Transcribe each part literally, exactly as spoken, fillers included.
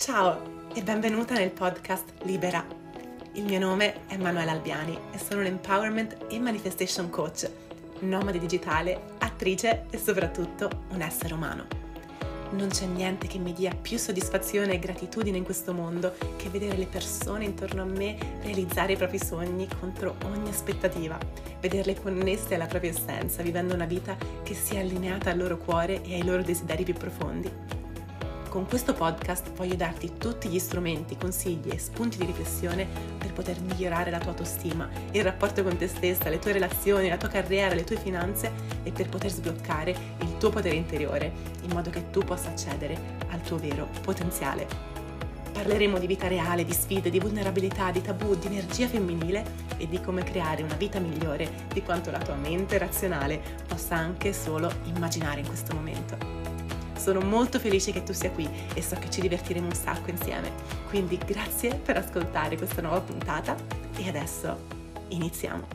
Ciao e benvenuta nel podcast Libera. Il mio nome è Manuela Albiani e sono un empowerment e manifestation coach, nomade digitale, attrice e soprattutto un essere umano. Non c'è niente che mi dia più soddisfazione e gratitudine in questo mondo che vedere le persone intorno a me realizzare i propri sogni contro ogni aspettativa, vederle connesse alla propria essenza, vivendo una vita che sia allineata al loro cuore e ai loro desideri più profondi. Con questo podcast voglio darti tutti gli strumenti, consigli e spunti di riflessione per poter migliorare la tua autostima, il rapporto con te stessa, le tue relazioni, la tua carriera, le tue finanze e per poter sbloccare il tuo potere interiore in modo che tu possa accedere al tuo vero potenziale. Parleremo di vita reale, di sfide, di vulnerabilità, di tabù, di energia femminile e di come creare una vita migliore di quanto la tua mente razionale possa anche solo immaginare in questo momento. Sono molto felice che tu sia qui e so che ci divertiremo un sacco insieme. Quindi grazie per ascoltare questa nuova puntata e adesso iniziamo.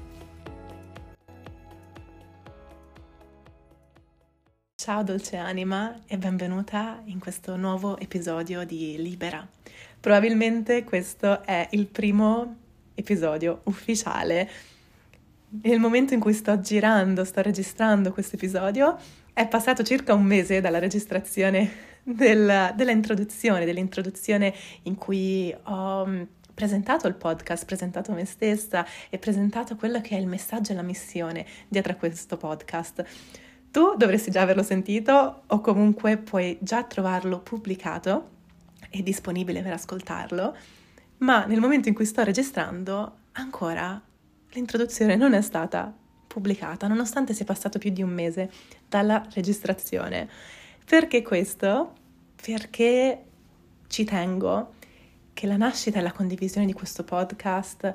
Ciao dolce anima e benvenuta in questo nuovo episodio di Libera. Probabilmente questo è il primo episodio ufficiale. Nel momento in cui sto girando, sto registrando questo episodio, è passato circa un mese dalla registrazione del, della introduzione, dell'introduzione in cui ho presentato il podcast, presentato me stessa e presentato quello che è il messaggio e la missione dietro a questo podcast. Tu dovresti già averlo sentito o comunque puoi già trovarlo pubblicato e disponibile per ascoltarlo, ma nel momento in cui sto registrando ancora l'introduzione non è stata pubblicata, nonostante sia passato più di un mese dalla registrazione. Perché questo? Perché ci tengo che la nascita e la condivisione di questo podcast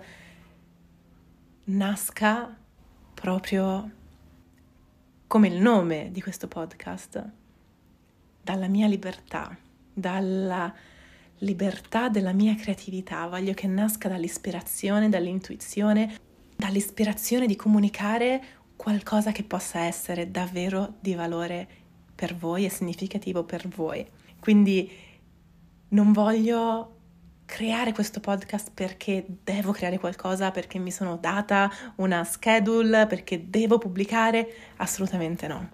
nasca proprio come il nome di questo podcast, dalla mia libertà, dalla libertà della mia creatività. Voglio che nasca dall'ispirazione, dall'intuizione, dall'ispirazione di comunicare qualcosa che possa essere davvero di valore per voi e significativo per voi. Quindi non voglio creare questo podcast perché devo creare qualcosa, perché mi sono data una schedule, perché devo pubblicare, assolutamente no.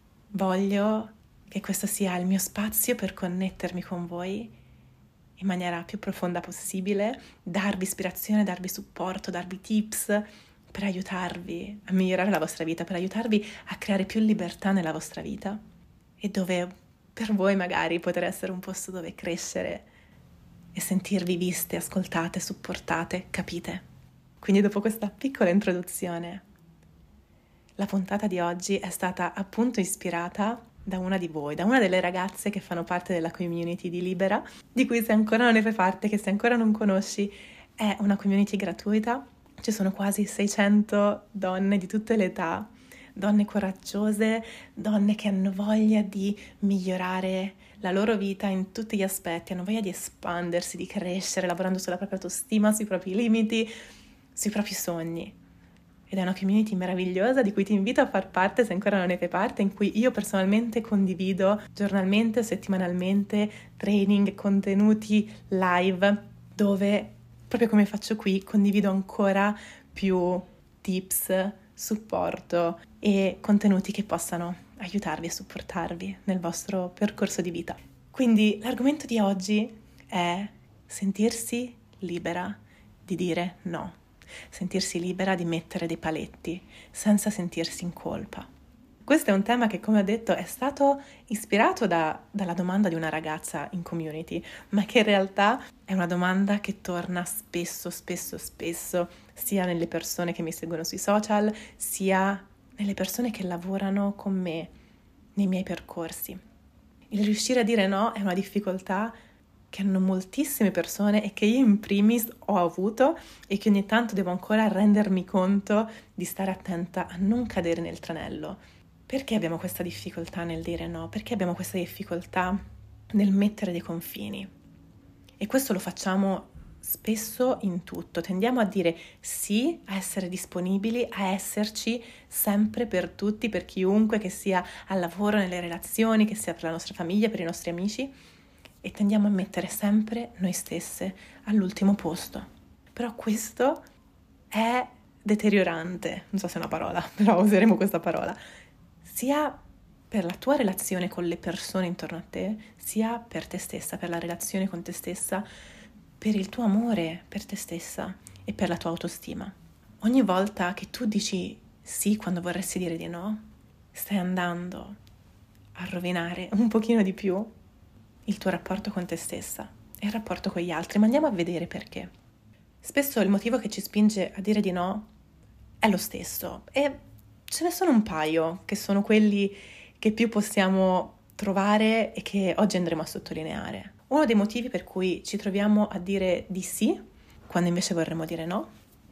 Voglio che questo sia il mio spazio per connettermi con voi in maniera più profonda possibile, darvi ispirazione, darvi supporto, darvi tips per aiutarvi a migliorare la vostra vita, per aiutarvi a creare più libertà nella vostra vita e dove per voi magari potrà essere un posto dove crescere e sentirvi viste, ascoltate, supportate, capite. Quindi dopo questa piccola introduzione, la puntata di oggi è stata appunto ispirata da una di voi, da una delle ragazze che fanno parte della community di Libera, di cui se ancora non ne fai parte, che se ancora non conosci, è una community gratuita. Ci sono quasi seicento donne di tutte le età, donne coraggiose, donne che hanno voglia di migliorare la loro vita in tutti gli aspetti, hanno voglia di espandersi, di crescere, lavorando sulla propria autostima, sui propri limiti, sui propri sogni. Ed è una community meravigliosa di cui ti invito a far parte se ancora non ne fai parte, in cui io personalmente condivido giornalmente o settimanalmente training, contenuti live, dove, proprio come faccio qui, condivido ancora più tips, supporto e contenuti che possano aiutarvi e supportarvi nel vostro percorso di vita. Quindi l'argomento di oggi è sentirsi libera di dire no. Sentirsi libera di mettere dei paletti senza sentirsi in colpa. Questo è un tema che, come ho detto, è stato ispirato da, dalla domanda di una ragazza in community, ma che in realtà è una domanda che torna spesso, spesso, spesso, sia nelle persone che mi seguono sui social, sia nelle persone che lavorano con me nei miei percorsi. Il riuscire a dire no è una difficoltà che hanno moltissime persone e che io in primis ho avuto e che ogni tanto devo ancora rendermi conto di stare attenta a non cadere nel tranello. Perché abbiamo questa difficoltà nel dire no? Perché abbiamo questa difficoltà nel mettere dei confini? E questo lo facciamo spesso in tutto. Tendiamo a dire sì, a essere disponibili, a esserci sempre per tutti, per chiunque, che sia al lavoro, nelle relazioni, che sia per la nostra famiglia, per i nostri amici. e tendiamo a mettere sempre noi stesse all'ultimo posto. Però questo è deteriorante, non so se è una parola, però useremo questa parola, sia per la tua relazione con le persone intorno a te, sia per te stessa, per la relazione con te stessa, per il tuo amore per te stessa e per la tua autostima. Ogni volta che tu dici sì quando vorresti dire di no, stai andando a rovinare un pochino di più il tuo rapporto con te stessa e il rapporto con gli altri, ma andiamo a vedere perché. Spesso il motivo che ci spinge a dire di no è lo stesso e ce ne sono un paio che sono quelli che più possiamo trovare e che oggi andremo a sottolineare. Uno dei motivi per cui ci troviamo a dire di sì quando invece vorremmo dire no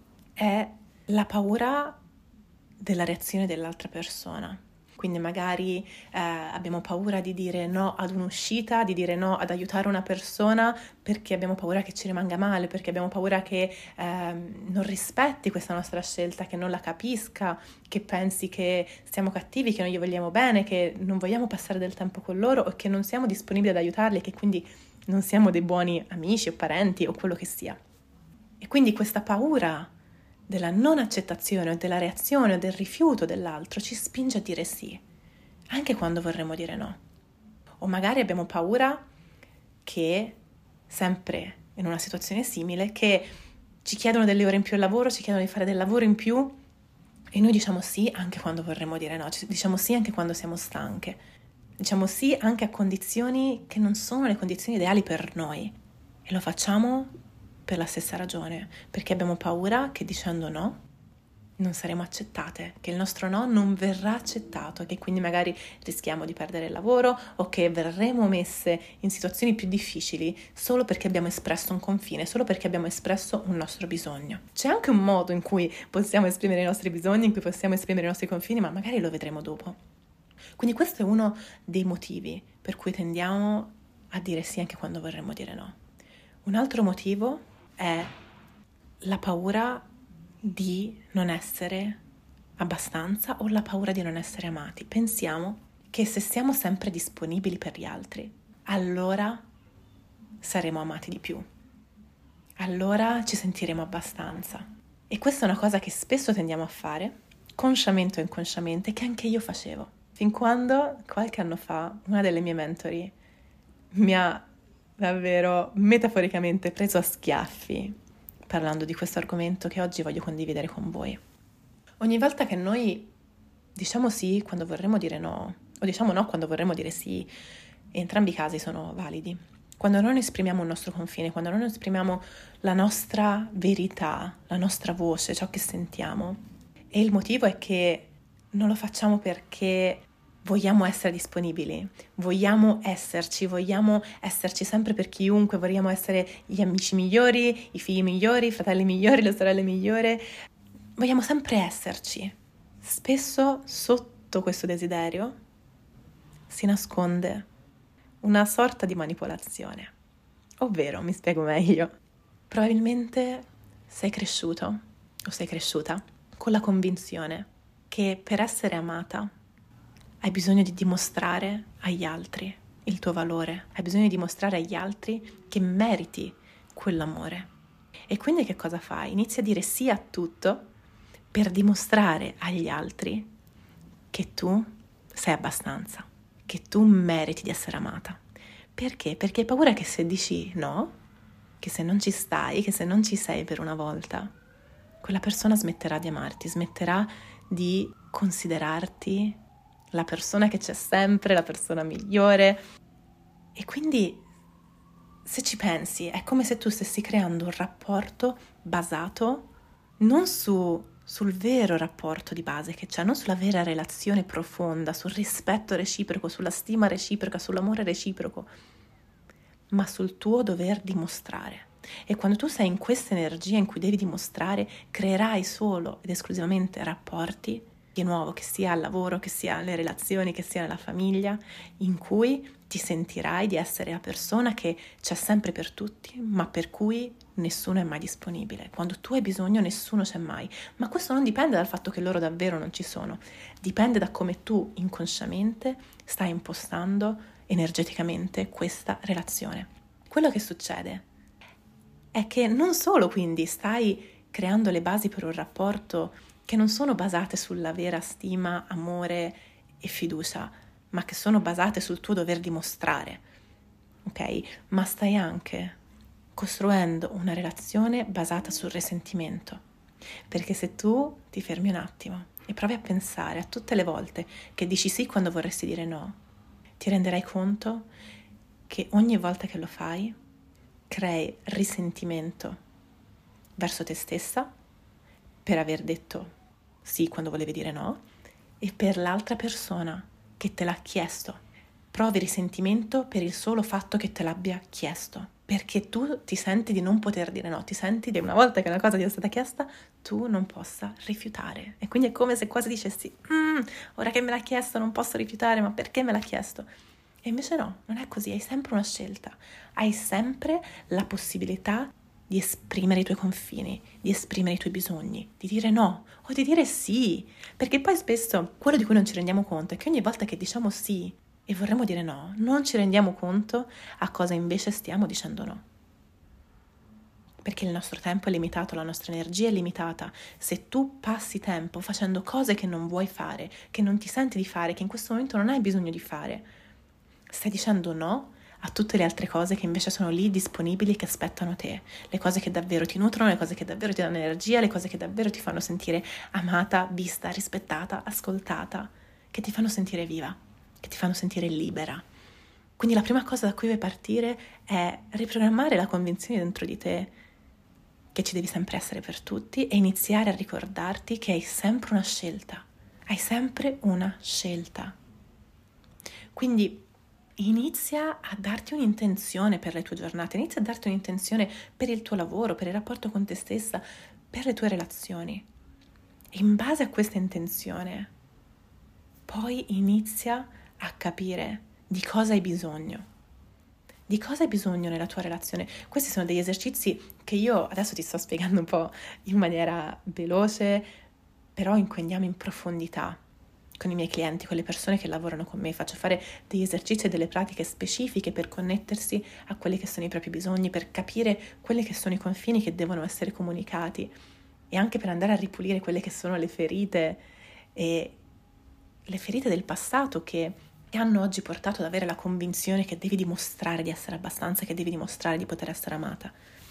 è la paura della reazione dell'altra persona. Quindi magari eh, abbiamo paura di dire no ad un'uscita, di dire no ad aiutare una persona perché abbiamo paura che ci rimanga male, perché abbiamo paura che eh, non rispetti questa nostra scelta, che non la capisca, che pensi che siamo cattivi, che non gli vogliamo bene, che non vogliamo passare del tempo con loro o che non siamo disponibili ad aiutarli e che quindi non siamo dei buoni amici o parenti o quello che sia. E quindi questa paura della non accettazione o della reazione o del rifiuto dell'altro ci spinge a dire sì, anche quando vorremmo dire no. O magari abbiamo paura che, sempre in una situazione simile, che ci chiedono delle ore in più al lavoro, ci chiedono di fare del lavoro in più e noi diciamo sì anche quando vorremmo dire no, diciamo sì anche quando siamo stanche, diciamo sì anche a condizioni che non sono le condizioni ideali per noi e lo facciamo per la stessa ragione, perché abbiamo paura che dicendo no non saremo accettate, che il nostro no non verrà accettato e che quindi magari rischiamo di perdere il lavoro o che verremo messe in situazioni più difficili solo perché abbiamo espresso un confine, solo perché abbiamo espresso un nostro bisogno. C'è anche un modo in cui possiamo esprimere i nostri bisogni, in cui possiamo esprimere i nostri confini, ma magari lo vedremo dopo. Quindi questo è uno dei motivi per cui tendiamo a dire sì anche quando vorremmo dire no. Un altro motivo è la paura di non essere abbastanza o la paura di non essere amati. Pensiamo che se siamo sempre disponibili per gli altri, allora saremo amati di più. Allora ci sentiremo abbastanza. E questa è una cosa che spesso tendiamo a fare, consciamente o inconsciamente, che anche io facevo. Fin quando, qualche anno fa, una delle mie mentori mi ha davvero metaforicamente preso a schiaffi parlando di questo argomento che oggi voglio condividere con voi. Ogni volta che noi diciamo sì quando vorremmo dire no, o diciamo no quando vorremmo dire sì, entrambi i casi sono validi. Quando non esprimiamo il nostro confine, quando non esprimiamo la nostra verità, la nostra voce, ciò che sentiamo, e il motivo è che non lo facciamo perché vogliamo essere disponibili, vogliamo esserci, vogliamo esserci sempre per chiunque, vogliamo essere gli amici migliori, i figli migliori, i fratelli migliori, le sorelle migliori. Vogliamo sempre esserci. Spesso sotto questo desiderio si nasconde una sorta di manipolazione. Ovvero, mi spiego meglio, probabilmente sei cresciuto o sei cresciuta con la convinzione che per essere amata hai bisogno di dimostrare agli altri il tuo valore, hai bisogno di dimostrare agli altri che meriti quell'amore. E quindi che cosa fai? Inizi a dire sì a tutto per dimostrare agli altri che tu sei abbastanza, che tu meriti di essere amata. Perché? Perché hai paura che se dici no, che se non ci stai, che se non ci sei per una volta, quella persona smetterà di amarti, smetterà di considerarti la persona che c'è sempre, la persona migliore. E quindi, se ci pensi, è come se tu stessi creando un rapporto basato non su, sul vero rapporto di base che c'è, non sulla vera relazione profonda, sul rispetto reciproco, sulla stima reciproca, sull'amore reciproco, ma sul tuo dover dimostrare. E quando tu sei in questa energia in cui devi dimostrare, creerai solo ed esclusivamente rapporti, di nuovo, che sia al lavoro, che sia alle relazioni, che sia nella famiglia, in cui ti sentirai di essere la persona che c'è sempre per tutti, ma per cui nessuno è mai disponibile. Quando tu hai bisogno, nessuno c'è mai. Ma questo non dipende dal fatto che loro davvero non ci sono, dipende da come tu inconsciamente stai impostando energeticamente questa relazione. Quello che succede è che non solo quindi stai creando le basi per un rapporto che non sono basate sulla vera stima, amore e fiducia, ma che sono basate sul tuo dover dimostrare, ok? Ma stai anche costruendo una relazione basata sul risentimento, perché se tu ti fermi un attimo e provi a pensare a tutte le volte che dici sì quando vorresti dire no, ti renderai conto che ogni volta che lo fai crei risentimento verso te stessa per aver detto sì quando volevi dire no e per l'altra persona che te l'ha chiesto. Provi risentimento per il solo fatto che te l'abbia chiesto, perché tu ti senti di non poter dire no, ti senti che una volta che una cosa ti è stata chiesta tu non possa rifiutare, e quindi è come se quasi dicessi mm, ora che me l'ha chiesto non posso rifiutare, ma perché me l'ha chiesto? E invece no, non è così, hai sempre una scelta, hai sempre la possibilità di esprimere i tuoi confini, di esprimere i tuoi bisogni, di dire no o di dire sì, perché poi spesso quello di cui non ci rendiamo conto è che ogni volta che diciamo sì e vorremmo dire no, non ci rendiamo conto a cosa invece stiamo dicendo no. Perché il nostro tempo è limitato, la nostra energia è limitata. Se tu passi tempo facendo cose che non vuoi fare, che non ti senti di fare, che in questo momento non hai bisogno di fare, stai dicendo no a tutte le altre cose che invece sono lì disponibili e che aspettano te, le cose che davvero ti nutrono, le cose che davvero ti danno energia, le cose che davvero ti fanno sentire amata, vista, rispettata, ascoltata, che ti fanno sentire viva, che ti fanno sentire libera. Quindi la prima cosa da cui vuoi partire è riprogrammare la convinzione dentro di te che ci devi sempre essere per tutti e iniziare a ricordarti che hai sempre una scelta, hai sempre una scelta. Quindi inizia a darti un'intenzione per le tue giornate, inizia a darti un'intenzione per il tuo lavoro, per il rapporto con te stessa, per le tue relazioni. E in base a questa intenzione, poi inizia a capire di cosa hai bisogno. Di cosa hai bisogno nella tua relazione? Questi sono degli esercizi che io adesso ti sto spiegando un po' in maniera veloce, però in cui andiamo in profondità con i miei clienti, con le persone che lavorano con me. Faccio fare degli esercizi e delle pratiche specifiche per connettersi a quelli che sono i propri bisogni, per capire quelli che sono i confini che devono essere comunicati e anche per andare a ripulire quelle che sono le ferite e le ferite del passato che ti hanno oggi portato ad avere la convinzione che devi dimostrare di essere abbastanza, che devi dimostrare di poter essere amata.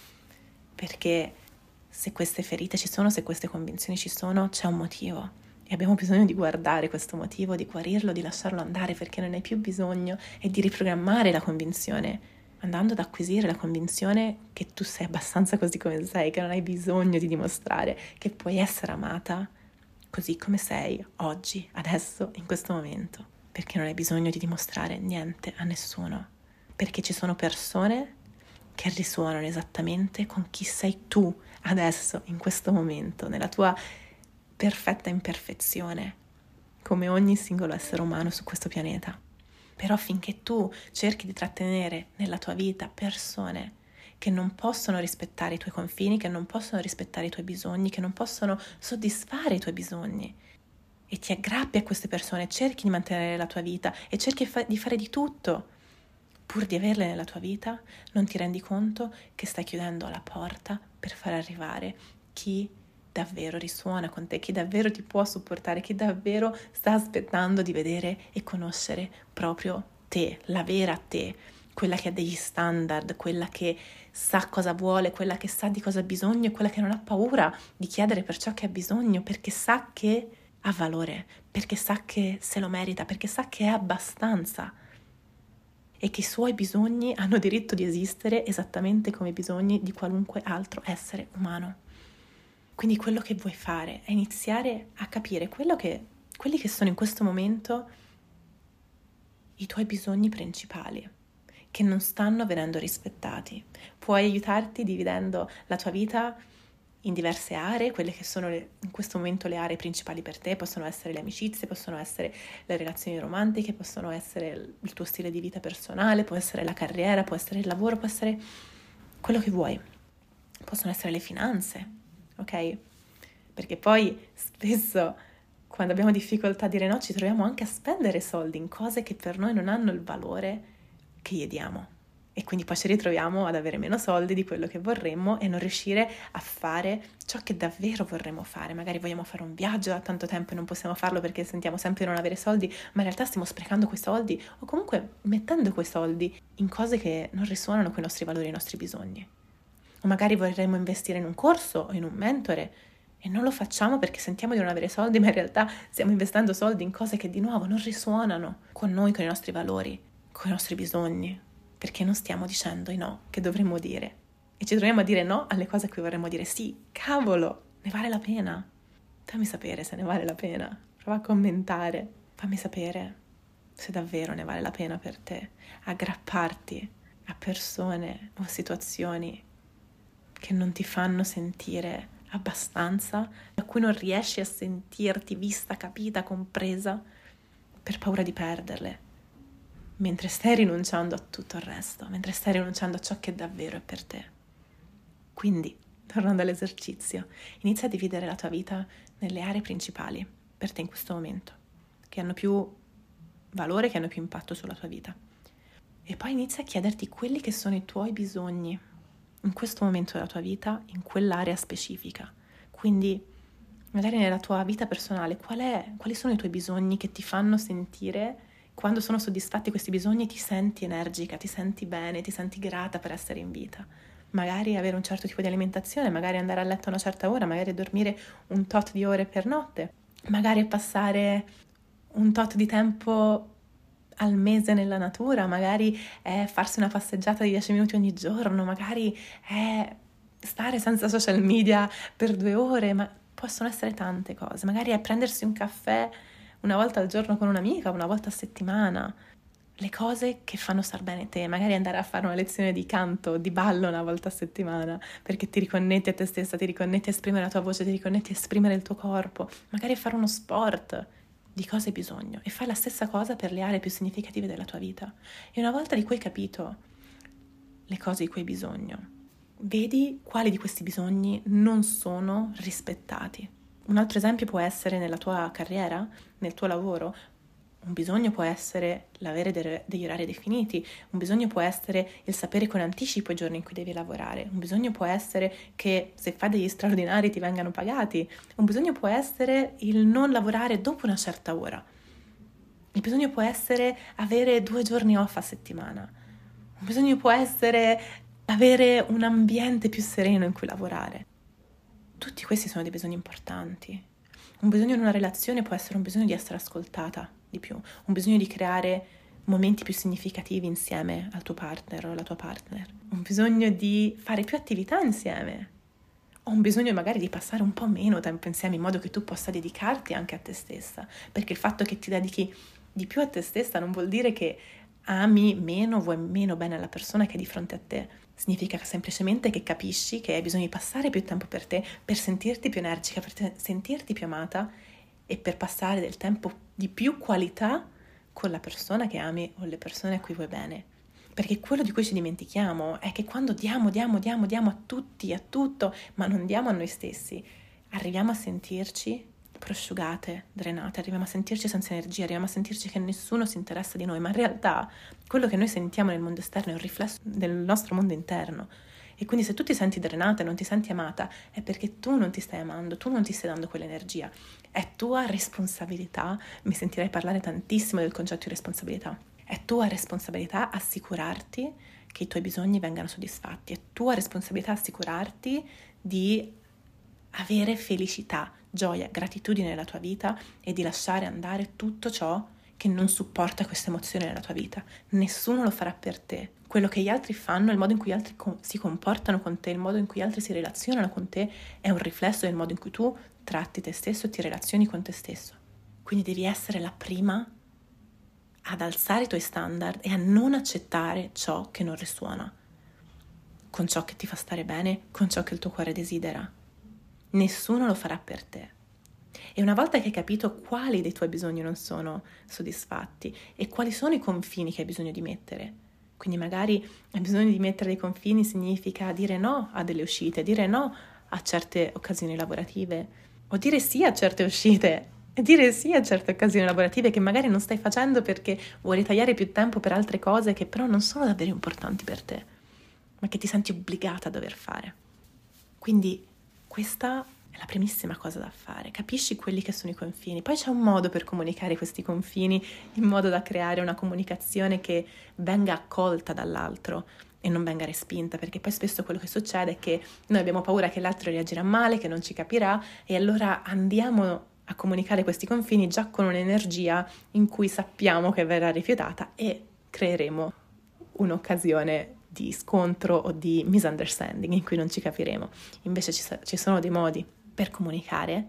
Perché se queste ferite ci sono, se queste convinzioni ci sono, c'è un motivo. E abbiamo bisogno di guardare questo motivo, di guarirlo, di lasciarlo andare, perché non hai più bisogno, e di riprogrammare la convinzione, andando ad acquisire la convinzione che tu sei abbastanza così come sei, che non hai bisogno di dimostrare, che puoi essere amata così come sei oggi, adesso, in questo momento, perché non hai bisogno di dimostrare niente a nessuno, perché ci sono persone che risuonano esattamente con chi sei tu adesso, in questo momento, nella tua perfetta imperfezione, come ogni singolo essere umano su questo pianeta. Però finché tu cerchi di trattenere nella tua vita persone che non possono rispettare i tuoi confini, che non possono rispettare i tuoi bisogni, che non possono soddisfare i tuoi bisogni, e ti aggrappi a queste persone, cerchi di mantenere la tua vita e cerchi di fare di tutto pur di averle nella tua vita, non ti rendi conto che stai chiudendo la porta per far arrivare chi davvero risuona con te, chi davvero ti può supportare, chi davvero sta aspettando di vedere e conoscere proprio te, la vera te, quella che ha degli standard, quella che sa cosa vuole, quella che sa di cosa ha bisogno e quella che non ha paura di chiedere per ciò che ha bisogno, perché sa che ha valore, perché sa che se lo merita, perché sa che è abbastanza e che i suoi bisogni hanno diritto di esistere esattamente come i bisogni di qualunque altro essere umano. Quindi quello che vuoi fare è iniziare a capire quello che, quelli che sono in questo momento i tuoi bisogni principali, che non stanno venendo rispettati. Puoi aiutarti dividendo la tua vita in diverse aree, quelle che sono le, in questo momento le aree principali per te, possono essere le amicizie, possono essere le relazioni romantiche, possono essere il tuo stile di vita personale, può essere la carriera, può essere il lavoro, può essere quello che vuoi, possono essere le finanze, ok? Perché poi spesso quando abbiamo difficoltà a dire no, ci troviamo anche a spendere soldi in cose che per noi non hanno il valore che gli diamo. E quindi poi ci ritroviamo ad avere meno soldi di quello che vorremmo e non riuscire a fare ciò che davvero vorremmo fare. Magari vogliamo fare un viaggio da tanto tempo e non possiamo farlo perché sentiamo sempre di non avere soldi, ma in realtà stiamo sprecando quei soldi o comunque mettendo quei soldi in cose che non risuonano con i nostri valori e i nostri bisogni. O magari vorremmo investire in un corso o in un mentore e non lo facciamo perché sentiamo di non avere soldi, ma in realtà stiamo investendo soldi in cose che di nuovo non risuonano con noi, con i nostri valori, con i nostri bisogni. Perché non stiamo dicendo i no che dovremmo dire e ci troviamo a dire no alle cose a cui vorremmo dire sì. Cavolo, ne vale la pena? Fammi sapere se ne vale la pena. Prova a commentare. Fammi sapere se davvero ne vale la pena per te aggrapparti a persone o situazioni che non ti fanno sentire abbastanza, a cui non riesci a sentirti vista, capita, compresa per paura di perderle. Mentre stai rinunciando a tutto il resto, mentre stai rinunciando a ciò che davvero è per te. Quindi, tornando all'esercizio, inizia a dividere la tua vita nelle aree principali per te in questo momento, che hanno più valore, che hanno più impatto sulla tua vita. E poi inizia a chiederti quelli che sono i tuoi bisogni in questo momento della tua vita, in quell'area specifica. Quindi, magari nella tua vita personale, qual è, quali sono i tuoi bisogni che ti fanno sentire. Quando sono soddisfatti questi bisogni ti senti energica, ti senti bene, ti senti grata per essere in vita. Magari avere un certo tipo di alimentazione, magari andare a letto a una certa ora, magari dormire un tot di ore per notte, magari passare un tot di tempo al mese nella natura, magari è farsi una passeggiata di dieci minuti ogni giorno, magari è stare senza social media per due ore, ma possono essere tante cose. Magari è prendersi un caffè una volta al giorno con un'amica, una volta a settimana, le cose che fanno star bene te, magari andare a fare una lezione di canto, di ballo una volta a settimana, perché ti riconnetti a te stessa, ti riconnetti a esprimere la tua voce, ti riconnetti a esprimere il tuo corpo, magari fare uno sport, di cosa hai bisogno, e fai la stessa cosa per le aree più significative della tua vita. E una volta di cui hai capito le cose di cui hai bisogno, vedi quali di questi bisogni non sono rispettati. Un altro esempio può essere nella tua carriera, nel tuo lavoro. Un bisogno può essere l'avere de- degli orari definiti, un bisogno può essere il sapere con anticipo i giorni in cui devi lavorare, un bisogno può essere che se fai degli straordinari ti vengano pagati, un bisogno può essere il non lavorare dopo una certa ora, il bisogno può essere avere due giorni off a settimana, un bisogno può essere avere un ambiente più sereno in cui lavorare. Tutti questi sono dei bisogni importanti. Un bisogno in una relazione può essere un bisogno di essere ascoltata di più, un bisogno di creare momenti più significativi insieme al tuo partner o alla tua partner, un bisogno di fare più attività insieme, o un bisogno magari di passare un po' meno tempo insieme in modo che tu possa dedicarti anche a te stessa, perché il fatto che ti dedichi di più a te stessa non vuol dire che ami meno, vuoi meno bene alla persona che è di fronte a te. Significa semplicemente che capisci che hai bisogno di passare più tempo per te, per sentirti più energica, per te, sentirti più amata e per passare del tempo di più qualità con la persona che ami o le persone a cui vuoi bene. Perché quello di cui ci dimentichiamo è che quando diamo, diamo, diamo, diamo a tutti, a tutto, ma non diamo a noi stessi, arriviamo a sentirci prosciugate, drenate, arriviamo a sentirci senza energia, arriviamo a sentirci che nessuno si interessa di noi, ma in realtà quello che noi sentiamo nel mondo esterno è un riflesso del nostro mondo interno. E quindi se tu ti senti drenata e non ti senti amata è perché tu non ti stai amando, tu non ti stai dando quell'energia. È tua responsabilità, mi sentirai parlare tantissimo del concetto di responsabilità, è tua responsabilità assicurarti che i tuoi bisogni vengano soddisfatti, è tua responsabilità assicurarti di avere felicità, gioia, gratitudine nella tua vita e di lasciare andare tutto ciò che non supporta queste emozioni nella tua vita. Nessuno lo farà per te. Quello che gli altri fanno, il modo in cui gli altri com- si comportano con te, il modo in cui gli altri si relazionano con te è un riflesso del modo in cui tu tratti te stesso e ti relazioni con te stesso. Quindi devi essere la prima ad alzare i tuoi standard e a non accettare ciò che non risuona con ciò che ti fa stare bene, con ciò che il tuo cuore desidera. Nessuno lo farà per te. E una volta che hai capito quali dei tuoi bisogni non sono soddisfatti e quali sono i confini che hai bisogno di mettere, quindi magari hai bisogno di mettere dei confini significa dire no a delle uscite, dire no a certe occasioni lavorative o dire sì a certe uscite E dire sì a certe occasioni lavorative che magari non stai facendo perché vuoi ritagliare più tempo per altre cose che però non sono davvero importanti per te, ma che ti senti obbligata a dover fare. Quindi questa è la primissima cosa da fare, capisci quelli che sono i confini. Poi c'è un modo per comunicare questi confini in modo da creare una comunicazione che venga accolta dall'altro e non venga respinta, perché poi spesso quello che succede è che noi abbiamo paura che l'altro reagirà male, che non ci capirà, e allora andiamo a comunicare questi confini già con un'energia in cui sappiamo che verrà rifiutata e creeremo un'occasione di scontro o di misunderstanding in cui non ci capiremo. Invece ci, ci sono dei modi per comunicare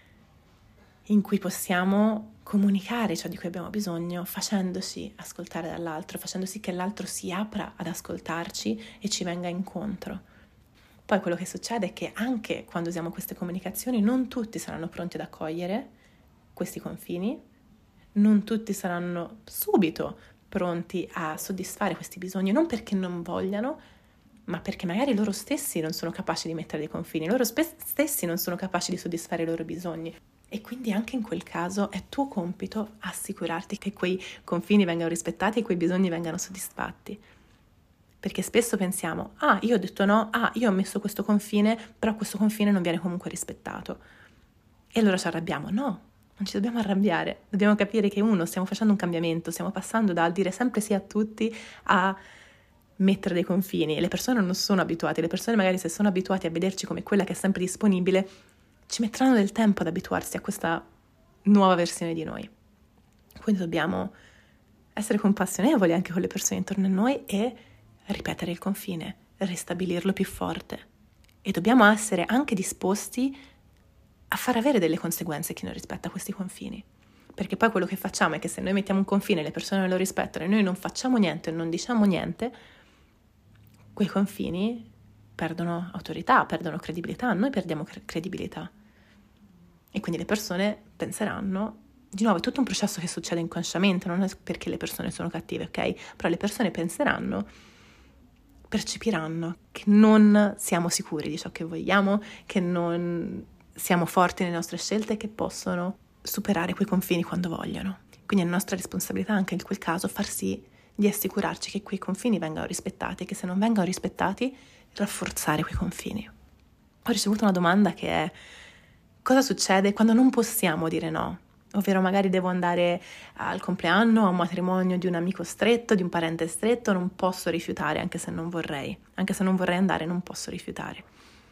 in cui possiamo comunicare ciò di cui abbiamo bisogno facendoci ascoltare dall'altro, facendo sì che l'altro si apra ad ascoltarci e ci venga incontro. Poi quello che succede è che anche quando usiamo queste comunicazioni non tutti saranno pronti ad accogliere questi confini, non tutti saranno subito pronti a soddisfare questi bisogni, non perché non vogliano, ma perché magari loro stessi non sono capaci di mettere dei confini, loro spe- stessi non sono capaci di soddisfare i loro bisogni. E quindi anche in quel caso è tuo compito assicurarti che quei confini vengano rispettati e quei bisogni vengano soddisfatti. Perché spesso pensiamo, ah, io ho detto no, ah, io ho messo questo confine, però questo confine non viene comunque rispettato. E allora ci arrabbiamo. No, non ci dobbiamo arrabbiare. Dobbiamo capire che uno, stiamo facendo un cambiamento, stiamo passando dal dire sempre sì a tutti a mettere dei confini. E le persone non sono abituate, le persone magari se sono abituate a vederci come quella che è sempre disponibile, ci metteranno del tempo ad abituarsi a questa nuova versione di noi. Quindi dobbiamo essere compassionevoli anche con le persone intorno a noi e ripetere il confine, ristabilirlo più forte. E dobbiamo essere anche disposti a far avere delle conseguenze chi non rispetta questi confini. Perché poi quello che facciamo è che se noi mettiamo un confine e le persone non lo rispettano e noi non facciamo niente, non diciamo niente, quei confini perdono autorità, perdono credibilità, noi perdiamo cre- credibilità. E quindi le persone penseranno, di nuovo è tutto un processo che succede inconsciamente, non è perché le persone sono cattive, ok? Però le persone penseranno, percepiranno che non siamo sicuri di ciò che vogliamo, che non siamo forti nelle nostre scelte e che possono superare quei confini quando vogliono. Quindi è nostra responsabilità anche in quel caso far sì di assicurarci che quei confini vengano rispettati e che se non vengono rispettati rafforzare quei confini. Ho ricevuto una domanda che è: cosa succede quando non possiamo dire no? Ovvero magari devo andare al compleanno, a un matrimonio di un amico stretto, di un parente stretto, non posso rifiutare anche se non vorrei. Anche se non vorrei andare non posso rifiutare.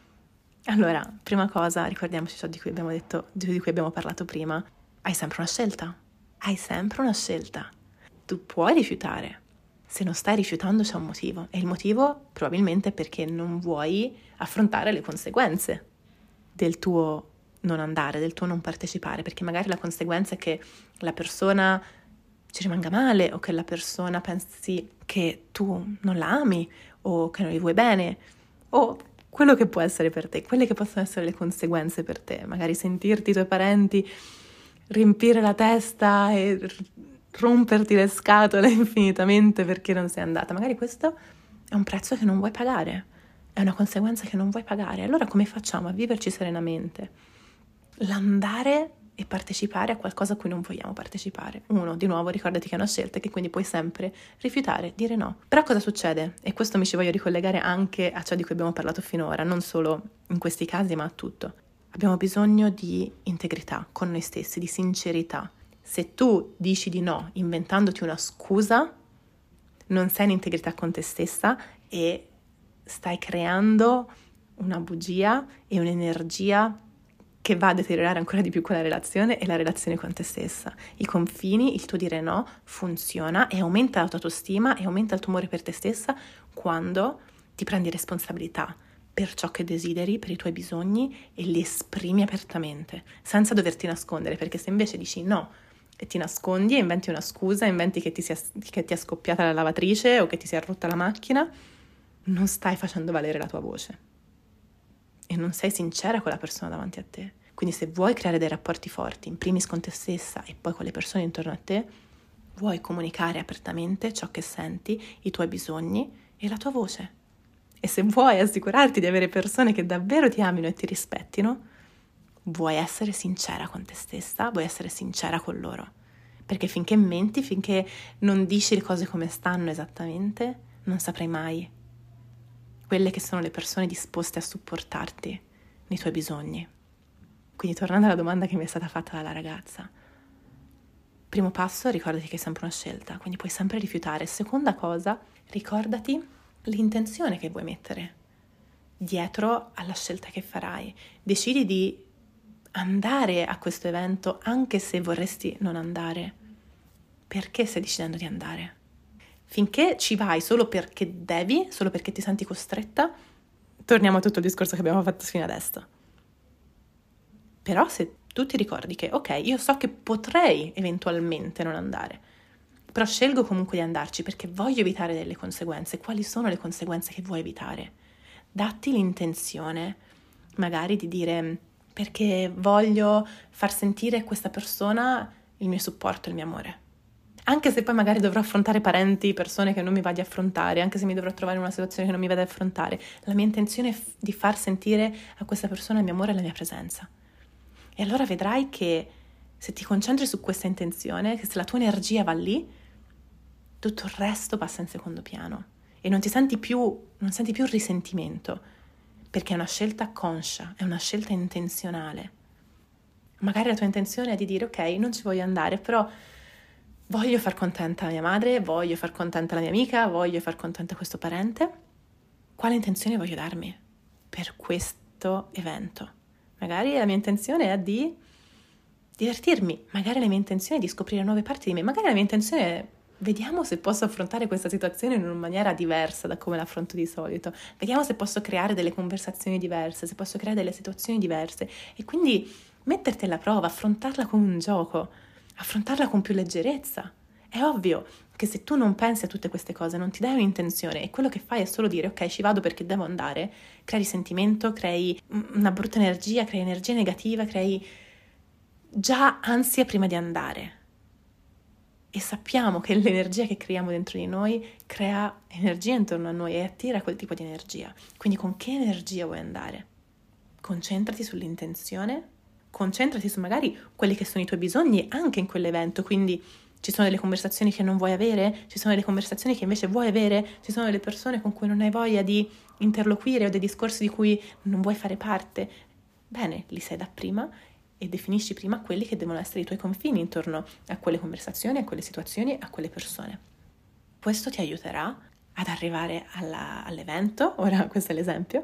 Allora, prima cosa, ricordiamoci ciò di cui abbiamo detto, di cui abbiamo parlato prima. Hai sempre una scelta. Hai sempre una scelta. Tu puoi rifiutare. Se non stai rifiutando c'è un motivo. E il motivo probabilmente è perché non vuoi affrontare le conseguenze del tuo non andare, del tuo non partecipare, perché magari la conseguenza è che la persona ci rimanga male o che la persona pensi che tu non la ami o che non gli vuoi bene o quello che può essere per te, quelle che possono essere le conseguenze per te, magari sentirti i tuoi parenti riempire la testa e romperti le scatole infinitamente perché non sei andata, magari questo è un prezzo che non vuoi pagare, è una conseguenza che non vuoi pagare. Allora come facciamo a viverci serenamente? L'andare e partecipare a qualcosa a cui non vogliamo partecipare. Uno, di nuovo, ricordati che è una scelta e che quindi puoi sempre rifiutare, dire no. Però cosa succede? E questo mi ci voglio ricollegare anche a ciò di cui abbiamo parlato finora, non solo in questi casi, ma a tutto. Abbiamo bisogno di integrità con noi stessi, di sincerità. Se tu dici di no inventandoti una scusa, non sei in integrità con te stessa e stai creando una bugia e un'energia che va a deteriorare ancora di più quella relazione e la relazione con te stessa. I confini, il tuo dire no, funziona e aumenta la tua autostima e aumenta il tuo amore per te stessa quando ti prendi responsabilità per ciò che desideri, per i tuoi bisogni e li esprimi apertamente, senza doverti nascondere, perché se invece dici no e ti nascondi e inventi una scusa, inventi che ti sia che ti è scoppiata la lavatrice o che ti sia rotta la macchina, non stai facendo valere la tua voce e non sei sincera con la persona davanti a te. Quindi se vuoi creare dei rapporti forti, in primis con te stessa e poi con le persone intorno a te, vuoi comunicare apertamente ciò che senti, i tuoi bisogni e la tua voce. E se vuoi assicurarti di avere persone che davvero ti amino e ti rispettino, vuoi essere sincera con te stessa, vuoi essere sincera con loro. Perché finché menti, finché non dici le cose come stanno esattamente, non saprai mai quelle che sono le persone disposte a supportarti nei tuoi bisogni. Quindi tornando alla domanda che mi è stata fatta dalla ragazza, primo passo, ricordati che è sempre una scelta, quindi puoi sempre rifiutare. Seconda cosa, ricordati l'intenzione che vuoi mettere dietro alla scelta che farai. Decidi di andare a questo evento anche se vorresti non andare. Perché stai decidendo di andare? Finché ci vai solo perché devi, solo perché ti senti costretta, torniamo a tutto il discorso che abbiamo fatto fino adesso. Però se tu ti ricordi che, ok, io so che potrei eventualmente non andare, però scelgo comunque di andarci perché voglio evitare delle conseguenze. Quali sono le conseguenze che vuoi evitare? Datti l'intenzione, magari di dire, perché voglio far sentire a questa persona il mio supporto, il mio amore. Anche se poi magari dovrò affrontare parenti, persone che non mi va di affrontare, anche se mi dovrò trovare in una situazione che non mi va di affrontare, la mia intenzione è f- di far sentire a questa persona il mio amore e la mia presenza. E allora vedrai che se ti concentri su questa intenzione, che se la tua energia va lì, tutto il resto passa in secondo piano e non ti senti più, non senti più risentimento, perché è una scelta conscia, è una scelta intenzionale. Magari la tua intenzione è di dire, ok, non ci voglio andare, però voglio far contenta la mia madre, voglio far contenta la mia amica, voglio far contenta questo parente. Quale intenzione voglio darmi per questo evento? Magari la mia intenzione è di divertirmi, magari la mia intenzione è di scoprire nuove parti di me, magari la mia intenzione è vediamo se posso affrontare questa situazione in una maniera diversa da come l'affronto di solito, vediamo se posso creare delle conversazioni diverse, se posso creare delle situazioni diverse e quindi metterti alla prova, affrontarla come un gioco, affrontarla con più leggerezza. È ovvio che se tu non pensi a tutte queste cose, non ti dai un'intenzione e quello che fai è solo dire ok, ci vado perché devo andare, crei risentimento, crei una brutta energia, crei energia negativa, crei già ansia prima di andare. E sappiamo che l'energia che creiamo dentro di noi crea energia intorno a noi e attira quel tipo di energia. Quindi con che energia vuoi andare? Concentrati sull'intenzione, concentrati su magari quelli che sono i tuoi bisogni anche in quell'evento, quindi ci sono delle conversazioni che non vuoi avere, ci sono delle conversazioni che invece vuoi avere, ci sono delle persone con cui non hai voglia di interloquire o dei discorsi di cui non vuoi fare parte. Bene, li sai da prima e definisci prima quelli che devono essere i tuoi confini intorno a quelle conversazioni, a quelle situazioni, a quelle persone. Questo ti aiuterà ad arrivare alla, all'evento, ora questo è l'esempio,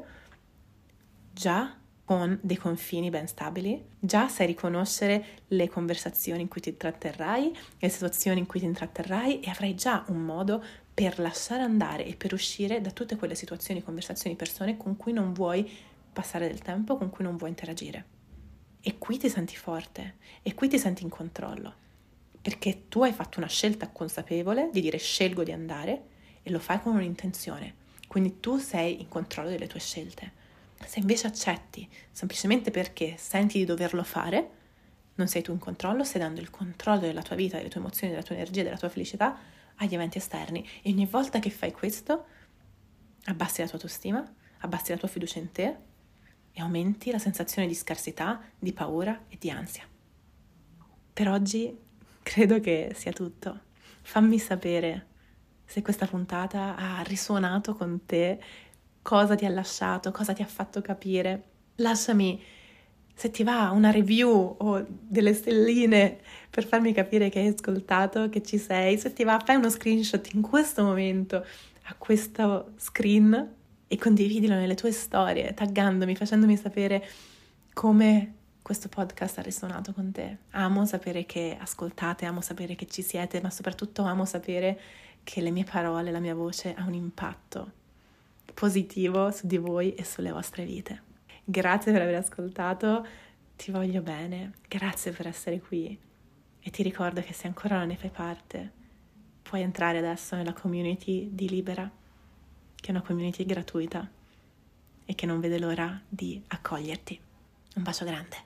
già con dei confini ben stabili, già sai riconoscere le conversazioni in cui ti intratterrai, le situazioni in cui ti intratterrai e avrai già un modo per lasciare andare e per uscire da tutte quelle situazioni, conversazioni, persone con cui non vuoi passare del tempo, con cui non vuoi interagire. E qui ti senti forte, e qui ti senti in controllo, perché tu hai fatto una scelta consapevole di dire scelgo di andare e lo fai con un'intenzione, quindi tu sei in controllo delle tue scelte. Se invece accetti semplicemente perché senti di doverlo fare, non sei tu in controllo, stai dando il controllo della tua vita, delle tue emozioni, della tua energia, della tua felicità agli eventi esterni e ogni volta che fai questo abbassi la tua autostima, abbassi la tua fiducia in te e aumenti la sensazione di scarsità, di paura e di ansia. Per oggi credo che sia tutto. Fammi sapere se questa puntata ha risuonato con te, cosa ti ha lasciato, cosa ti ha fatto capire. Lasciami, se ti va, una review o delle stelline per farmi capire che hai ascoltato, che ci sei. Se ti va, fai uno screenshot in questo momento a questo screen e condividilo nelle tue storie, taggandomi, facendomi sapere come questo podcast ha risuonato con te. Amo sapere che ascoltate, amo sapere che ci siete, ma soprattutto amo sapere che le mie parole, la mia voce ha un impatto positivo su di voi e sulle vostre vite. Grazie per aver ascoltato, ti voglio bene, grazie per essere qui e ti ricordo che se ancora non ne fai parte, puoi entrare adesso nella community di Libera, che è una community gratuita e che non vede l'ora di accoglierti. Un bacio grande.